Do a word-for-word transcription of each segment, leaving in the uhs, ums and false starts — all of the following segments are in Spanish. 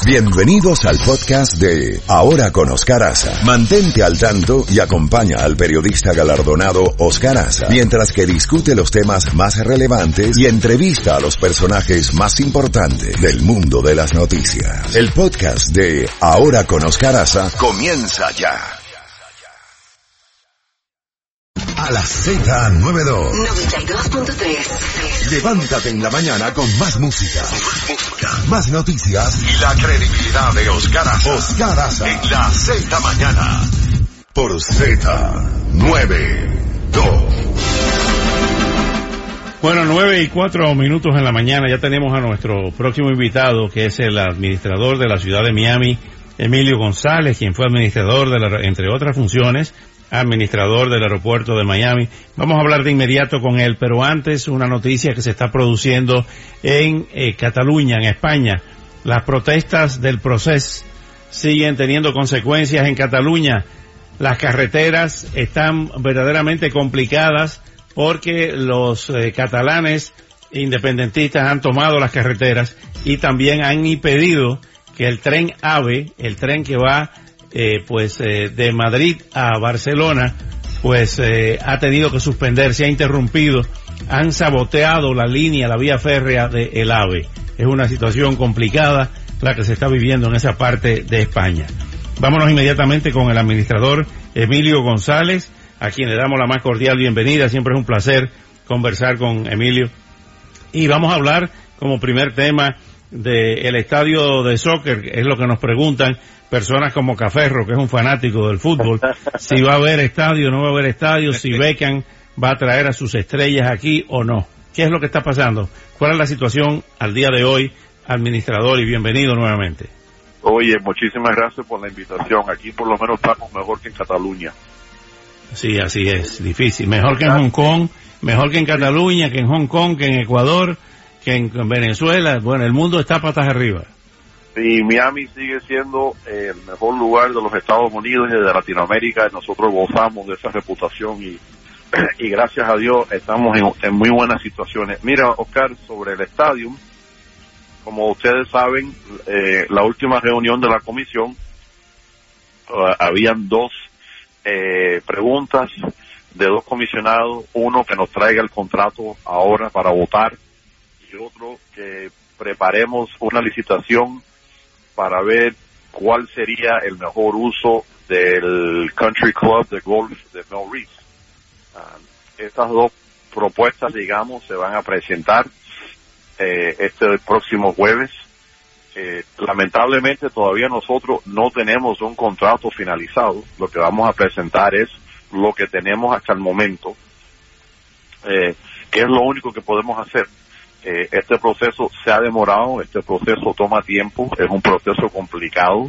Bienvenidos al podcast de Ahora con Oscar Aza. Mantente al tanto y acompaña al periodista galardonado Oscar Aza, mientras que discute los temas más relevantes y entrevista a los personajes más importantes del mundo de las noticias. El podcast de Ahora con Oscar Aza comienza ya. A la Z noventa y dos. noventa y dos punto tres. Levántate en la mañana con más música, más música, más noticias y la credibilidad de Oscar Aza. Oscar Aza en la Z mañana por Z noventa y dos. Bueno, nueve y cuatro minutos en la mañana, ya tenemos a nuestro próximo invitado, que es el administrador de la ciudad de Miami, Emilio González, quien fue administrador de la, entre otras funciones, administrador del aeropuerto de Miami. Vamos a hablar de inmediato con él, pero antes una noticia que se está produciendo en eh, Cataluña, en España. Las protestas del Procés siguen teniendo consecuencias en Cataluña. Las carreteras están verdaderamente complicadas porque los eh, catalanes independentistas han tomado las carreteras y también han impedido que el tren AVE, el tren que va Eh, pues eh, de Madrid a Barcelona, pues eh, ha tenido que suspender, se ha interrumpido, han saboteado la línea, la vía férrea del AVE. Es una situación complicada la que se está viviendo en esa parte de España. Vámonos inmediatamente con el administrador Emilio González, a quien le damos la más cordial bienvenida. Siempre es un placer conversar con Emilio. Y vamos a hablar como primer tema del estadio de soccer, que es lo que nos preguntan personas como Caferro, que es un fanático del fútbol, si va a haber estadio, no va a haber estadio, si Beckham va a traer a sus estrellas aquí o no. ¿Qué es lo que está pasando? ¿Cuál es la situación al día de hoy, administrador, y bienvenido nuevamente? Oye, muchísimas gracias por la invitación. Aquí por lo menos estamos mejor que en Cataluña. Sí, así es, difícil. Mejor que en Hong Kong, mejor que en Cataluña, que en Hong Kong, que en Ecuador, que en Venezuela. Bueno, el mundo está patas arriba. Y Miami sigue siendo eh, el mejor lugar de los Estados Unidos y de Latinoamérica. Nosotros gozamos de esa reputación y, y gracias a Dios estamos en, en muy buenas situaciones. Mira, Oscar, sobre el estadio, como ustedes saben, eh, la última reunión de la comisión, uh, habían dos eh, preguntas de dos comisionados, uno que nos traiga el contrato ahora para votar y otro que preparemos una licitación para ver cuál sería el mejor uso del Country Club de golf de Mel Reese. Uh, estas dos propuestas, digamos, se van a presentar eh, este próximo jueves. Eh, lamentablemente todavía nosotros no tenemos un contrato finalizado. Lo que vamos a presentar es lo que tenemos hasta el momento, eh, que es lo único que podemos hacer. Eh, este proceso se ha demorado, este proceso toma tiempo, es un proceso complicado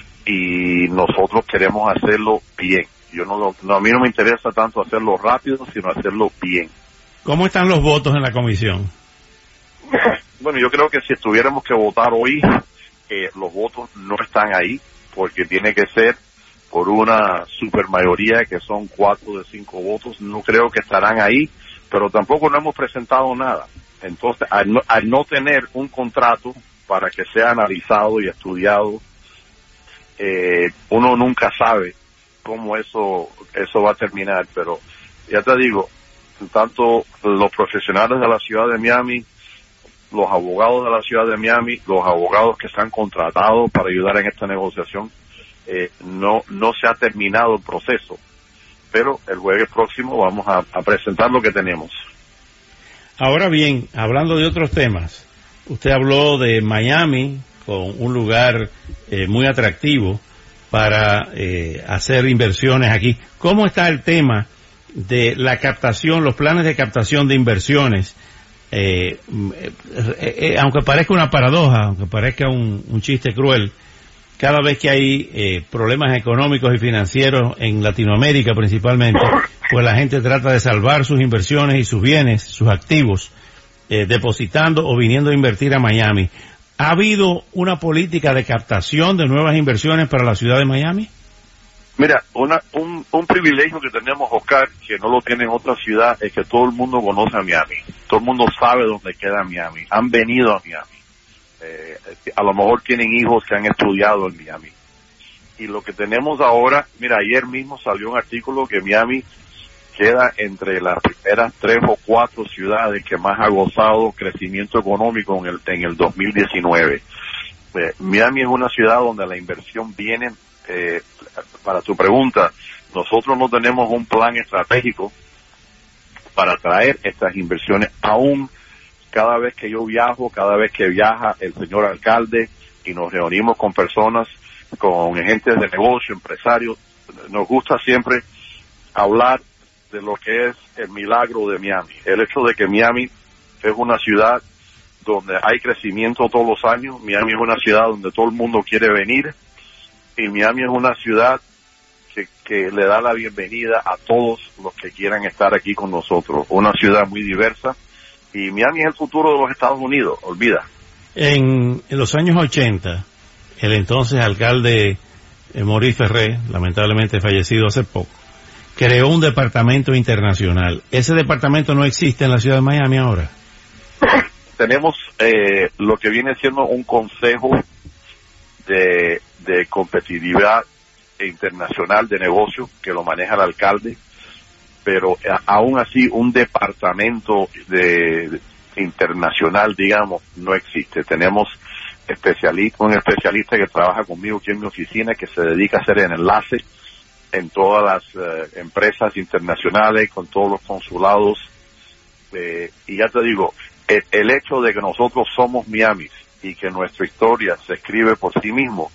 y nosotros queremos hacerlo bien. Yo no, no a mí no me interesa tanto hacerlo rápido, sino hacerlo bien. ¿Cómo están los votos en la comisión? Bueno, yo creo que si tuviéramos que votar hoy, eh, los votos no están ahí, porque tiene que ser por una supermayoría que son cuatro de cinco votos. No creo que estarán ahí, pero tampoco no hemos presentado nada. Entonces, al no, al no tener un contrato para que sea analizado y estudiado, eh, uno nunca sabe cómo eso eso va a terminar. Pero ya te digo, tanto los profesionales de la ciudad de Miami, los abogados de la ciudad de Miami, los abogados que están contratados para ayudar en esta negociación, eh, no no se ha terminado el proceso. Pero el jueves próximo vamos a, a presentar lo que tenemos. Ahora bien, hablando de otros temas, usted habló de Miami con un lugar eh, muy atractivo para eh, hacer inversiones aquí. ¿Cómo está el tema de la captación, los planes de captación de inversiones? Eh, eh, eh, aunque parezca una paradoja, aunque parezca un, un chiste cruel, cada vez que hay eh, problemas económicos y financieros en Latinoamérica principalmente, pues la gente trata de salvar sus inversiones y sus bienes, sus activos, eh, depositando o viniendo a invertir a Miami. ¿Ha habido una política de captación de nuevas inversiones para la ciudad de Miami? Mira, una, un, un privilegio que tenemos, Oscar, que no lo tiene en otra ciudad, es que todo el mundo conoce a Miami. Todo el mundo sabe dónde queda Miami. Han venido a Miami. eh, a lo mejor tienen hijos que han estudiado en Miami. Y lo que tenemos ahora, mira, ayer mismo salió un artículo que Miami queda entre las primeras tres o cuatro ciudades que más ha gozado crecimiento económico en el, en el dos mil diecinueve. Eh, Miami es una ciudad donde la inversión viene, eh, para tu pregunta, nosotros no tenemos un plan estratégico para atraer estas inversiones. Aún cada vez que yo viajo, cada vez que viaja el señor alcalde y nos reunimos con personas, con agentes de negocio, empresarios, nos gusta siempre hablar de lo que es el milagro de Miami. El hecho de que Miami es una ciudad donde hay crecimiento todos los años. Miami es una ciudad donde todo el mundo quiere venir, y Miami es una ciudad que, que le da la bienvenida a todos los que quieran estar aquí con nosotros. Una ciudad muy diversa, y Miami es el futuro de los Estados Unidos, olvida. En, en los años ochenta, el entonces alcalde eh, Maurice Ferré, lamentablemente fallecido hace poco, creó un departamento internacional. ¿Ese departamento no existe en la ciudad de Miami ahora? Tenemos eh, lo que viene siendo un consejo de, de competitividad internacional de negocio que lo maneja el alcalde, pero eh, aún así un departamento de, de internacional, digamos, no existe. Tenemos especialista, un especialista que trabaja conmigo aquí en mi oficina, que se dedica a hacer el enlace en todas las uh, empresas internacionales, con todos los consulados, eh, y ya te digo, el, el hecho de que nosotros somos Miami y que nuestra historia se escribe por sí mismo,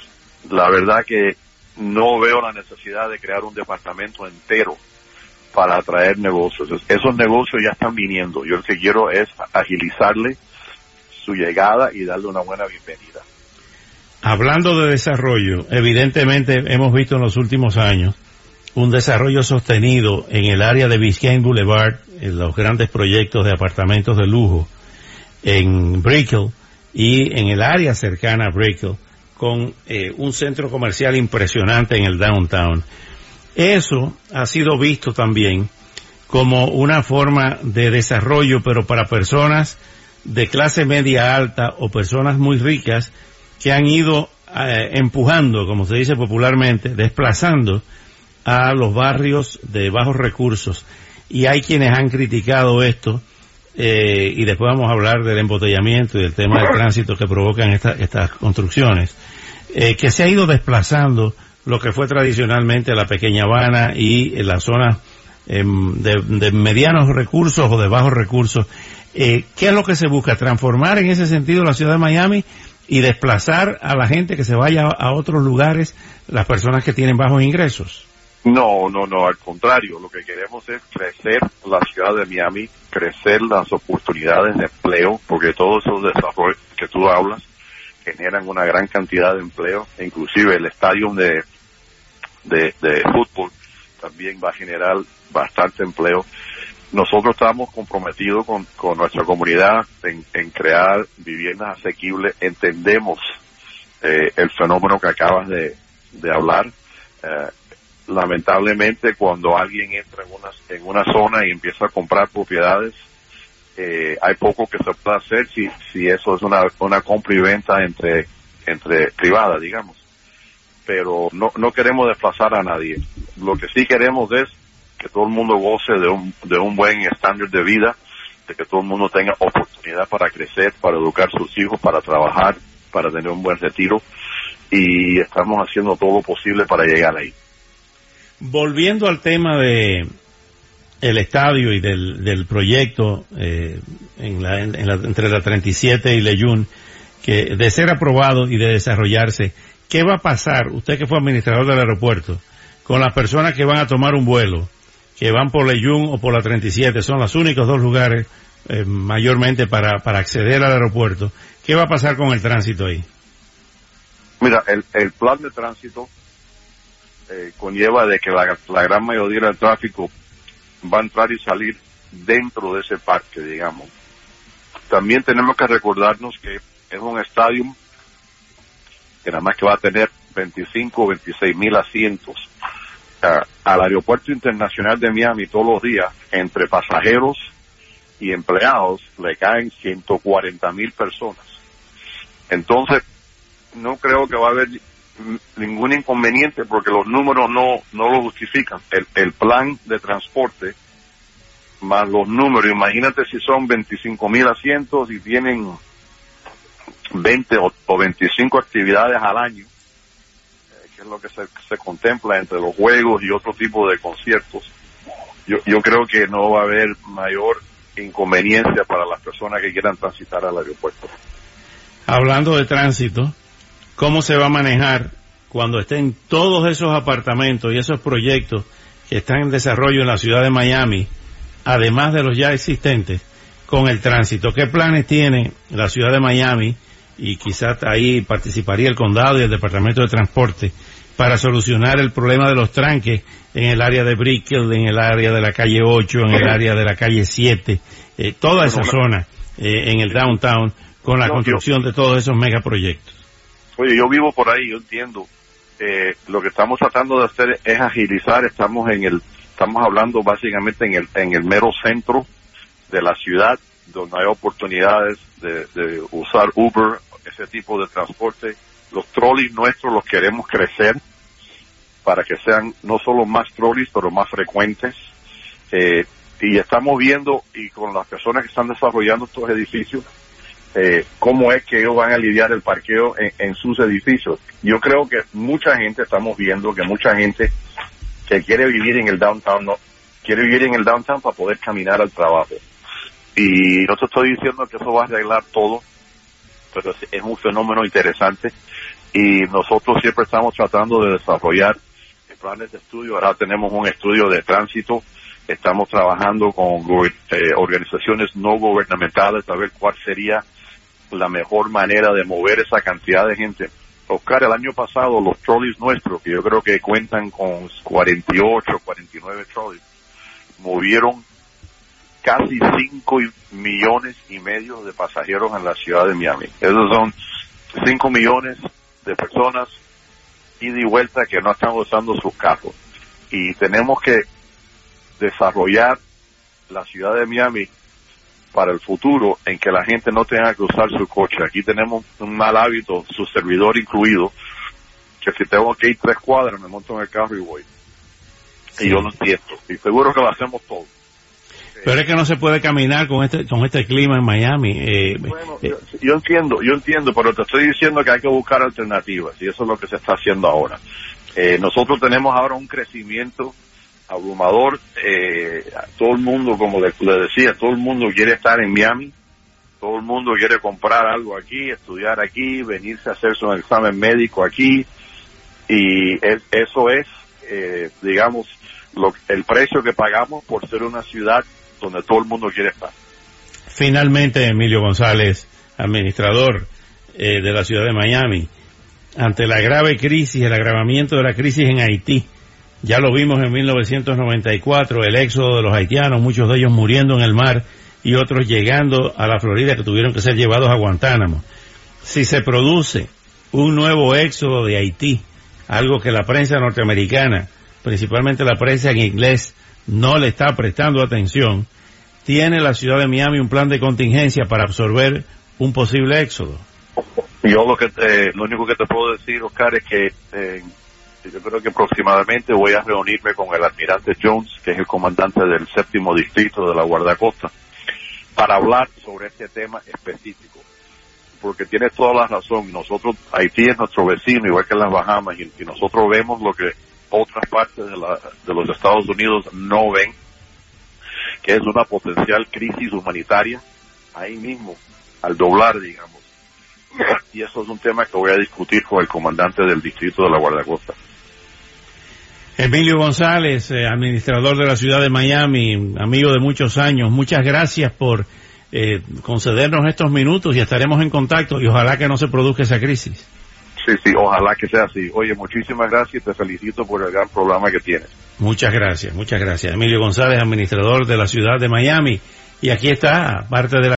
la verdad que no veo la necesidad de crear un departamento entero para atraer negocios. Esos negocios ya están viniendo. Yo lo que quiero es agilizarle su llegada y darle una buena bienvenida. Hablando de desarrollo, evidentemente hemos visto en los últimos años un desarrollo sostenido en el área de Biscayne Boulevard, en los grandes proyectos de apartamentos de lujo en Brickell y en el área cercana a Brickell, con eh, un centro comercial impresionante en el downtown. Eso ha sido visto también como una forma de desarrollo, pero para personas de clase media alta o personas muy ricas que han ido eh, empujando, como se dice popularmente, desplazando a los barrios de bajos recursos. Y hay quienes han criticado esto, eh, y después vamos a hablar del embotellamiento y del tema del tránsito que provocan esta, estas construcciones, eh, que se ha ido desplazando lo que fue tradicionalmente la Pequeña Habana y la zona eh, de, de medianos recursos o de bajos recursos. Eh, ¿Qué es lo que se busca? ¿Transformar en ese sentido la ciudad de Miami y desplazar a la gente que se vaya a otros lugares, las personas que tienen bajos ingresos? No, no, no, al contrario, lo que queremos es crecer la ciudad de Miami, crecer las oportunidades de empleo, porque todos esos desarrollos que tú hablas generan una gran cantidad de empleo, e inclusive el estadio de, de, de fútbol también va a generar bastante empleo. Nosotros estamos comprometidos con, con nuestra comunidad en, en crear viviendas asequibles. Entendemos eh, el fenómeno que acabas de, de hablar. Eh, lamentablemente, cuando alguien entra en una, en una zona y empieza a comprar propiedades, eh, hay poco que se pueda hacer si, si eso es una, una compra y venta entre, entre privada, digamos. Pero no, no queremos desplazar a nadie. Lo que sí queremos es que todo el mundo goce de un, de un buen estándar de vida, de que todo el mundo tenga oportunidad para crecer, para educar a sus hijos, para trabajar, para tener un buen retiro, y estamos haciendo todo lo posible para llegar ahí. Volviendo al tema de el estadio y del, del proyecto eh, en la, en la, entre la treinta y siete y Leyún, que de ser aprobado y de desarrollarse, ¿qué va a pasar, usted que fue administrador del aeropuerto, con las personas que van a tomar un vuelo, que van por Leyún o por la treinta y siete, son los únicos dos lugares eh, mayormente para, para acceder al aeropuerto? ¿Qué va a pasar con el tránsito ahí? Mira, el, el plan de tránsito eh, conlleva de que la, la gran mayoría del tráfico va a entrar y salir dentro de ese parque, digamos. También tenemos que recordarnos que es un estadio que nada más que va a tener veinticinco o veintiséis mil asientos. Uh, al aeropuerto internacional de Miami todos los días, entre pasajeros y empleados, le caen ciento cuarenta mil personas. Entonces, no creo que va a haber ningún inconveniente porque los números no no lo justifican. El, el plan de transporte más los números, imagínate si son veinticinco mil asientos y tienen veinte o, o veinticinco actividades al año, eh, que es lo que se, se contempla entre los juegos y otro tipo de conciertos. Yo, yo creo que no va a haber mayor inconveniencia para las personas que quieran transitar al aeropuerto. Hablando de tránsito, ¿cómo se va a manejar cuando estén todos esos apartamentos y esos proyectos que están en desarrollo en la ciudad de Miami, además de los ya existentes, con el tránsito? ¿Qué planes tiene la ciudad de Miami, y quizás ahí participaría el condado y el departamento de transporte, para solucionar el problema de los tranques en el área de Brickell, en el área de la calle ocho, en el área de la calle siete, eh, toda esa zona eh, en el downtown, con la construcción de todos esos megaproyectos? Oye, yo vivo por ahí, yo entiendo. Eh, lo que estamos tratando de hacer es agilizar. Estamos en el, estamos hablando básicamente en el, en el mero centro de la ciudad, donde hay oportunidades de, de usar Uber, ese tipo de transporte. Los trolleys nuestros los queremos crecer para que sean no solo más trolleys, pero más frecuentes. Eh, y estamos viendo, y con las personas que están desarrollando estos edificios, eh, cómo es que ellos van a lidiar el parqueo en, en sus edificios. Yo creo que mucha gente, estamos viendo que mucha gente que quiere vivir en el downtown, no quiere vivir en el downtown para poder caminar al trabajo. Y no te estoy diciendo que eso va a arreglar todo, pero es un fenómeno interesante y nosotros siempre estamos tratando de desarrollar planes de estudio. Ahora tenemos un estudio de tránsito, estamos trabajando con eh, organizaciones no gubernamentales a ver cuál sería la mejor manera de mover esa cantidad de gente. Oscar, el año pasado los trolleys nuestros, que yo creo que cuentan con cuarenta y ocho, cuarenta y nueve trolleys, movieron casi cinco millones y medio de pasajeros en la ciudad de Miami. Esos son cinco millones de personas ida y vuelta que no están usando sus carros. Y tenemos que desarrollar la ciudad de Miami para el futuro en que la gente no tenga que usar su coche. Aquí tenemos un mal hábito, su servidor incluido, que si tengo que ir tres cuadras me monto en el carro y voy. Sí. Y yo lo entiendo. Y seguro que lo hacemos todos. Pero es que no se puede caminar con este con este clima en Miami. Eh, bueno, eh, yo, yo entiendo, yo entiendo, pero te estoy diciendo que hay que buscar alternativas y eso es lo que se está haciendo ahora. Eh, nosotros tenemos ahora un crecimiento abrumador. Eh, todo el mundo, como le, le decía, todo el mundo quiere estar en Miami, todo el mundo quiere comprar algo aquí, estudiar aquí, venirse a hacerse un examen médico aquí y es, eso es, eh, digamos, lo, el precio que pagamos por ser una ciudad donde todo el mundo quiere estar. Finalmente, Emilio González, administrador eh, de la ciudad de Miami, ante la grave crisis, el agravamiento de la crisis en Haití, ya lo vimos en mil novecientos noventa y cuatro, el éxodo de los haitianos, muchos de ellos muriendo en el mar y otros llegando a la Florida que tuvieron que ser llevados a Guantánamo. Si se produce un nuevo éxodo de Haití, algo que la prensa norteamericana, principalmente la prensa en inglés, no le está prestando atención, ¿tiene la ciudad de Miami un plan de contingencia para absorber un posible éxodo? Yo lo que eh, lo único que te puedo decir, Oscar, es que eh, yo creo que próximamente voy a reunirme con el almirante Jones, que es el comandante del séptimo distrito de la guardacosta, para hablar sobre este tema específico, porque tienes toda la razón. Nosotros, Haití es nuestro vecino, igual que las Bahamas, y, y nosotros vemos lo que otras partes de, la, de los Estados Unidos no ven, que es una potencial crisis humanitaria ahí mismo, al doblar, digamos. Y eso es un tema que voy a discutir con el comandante del distrito de la guardacosta. Emilio González, eh, administrador de la ciudad de Miami, amigo de muchos años, muchas gracias por eh, concedernos estos minutos y estaremos en contacto y ojalá que no se produzca esa crisis. Sí, sí, ojalá que sea así. Oye, muchísimas gracias y te felicito por el gran programa que tienes. Muchas gracias, muchas gracias. Emilio González, administrador de la ciudad de Miami. Y aquí está parte de la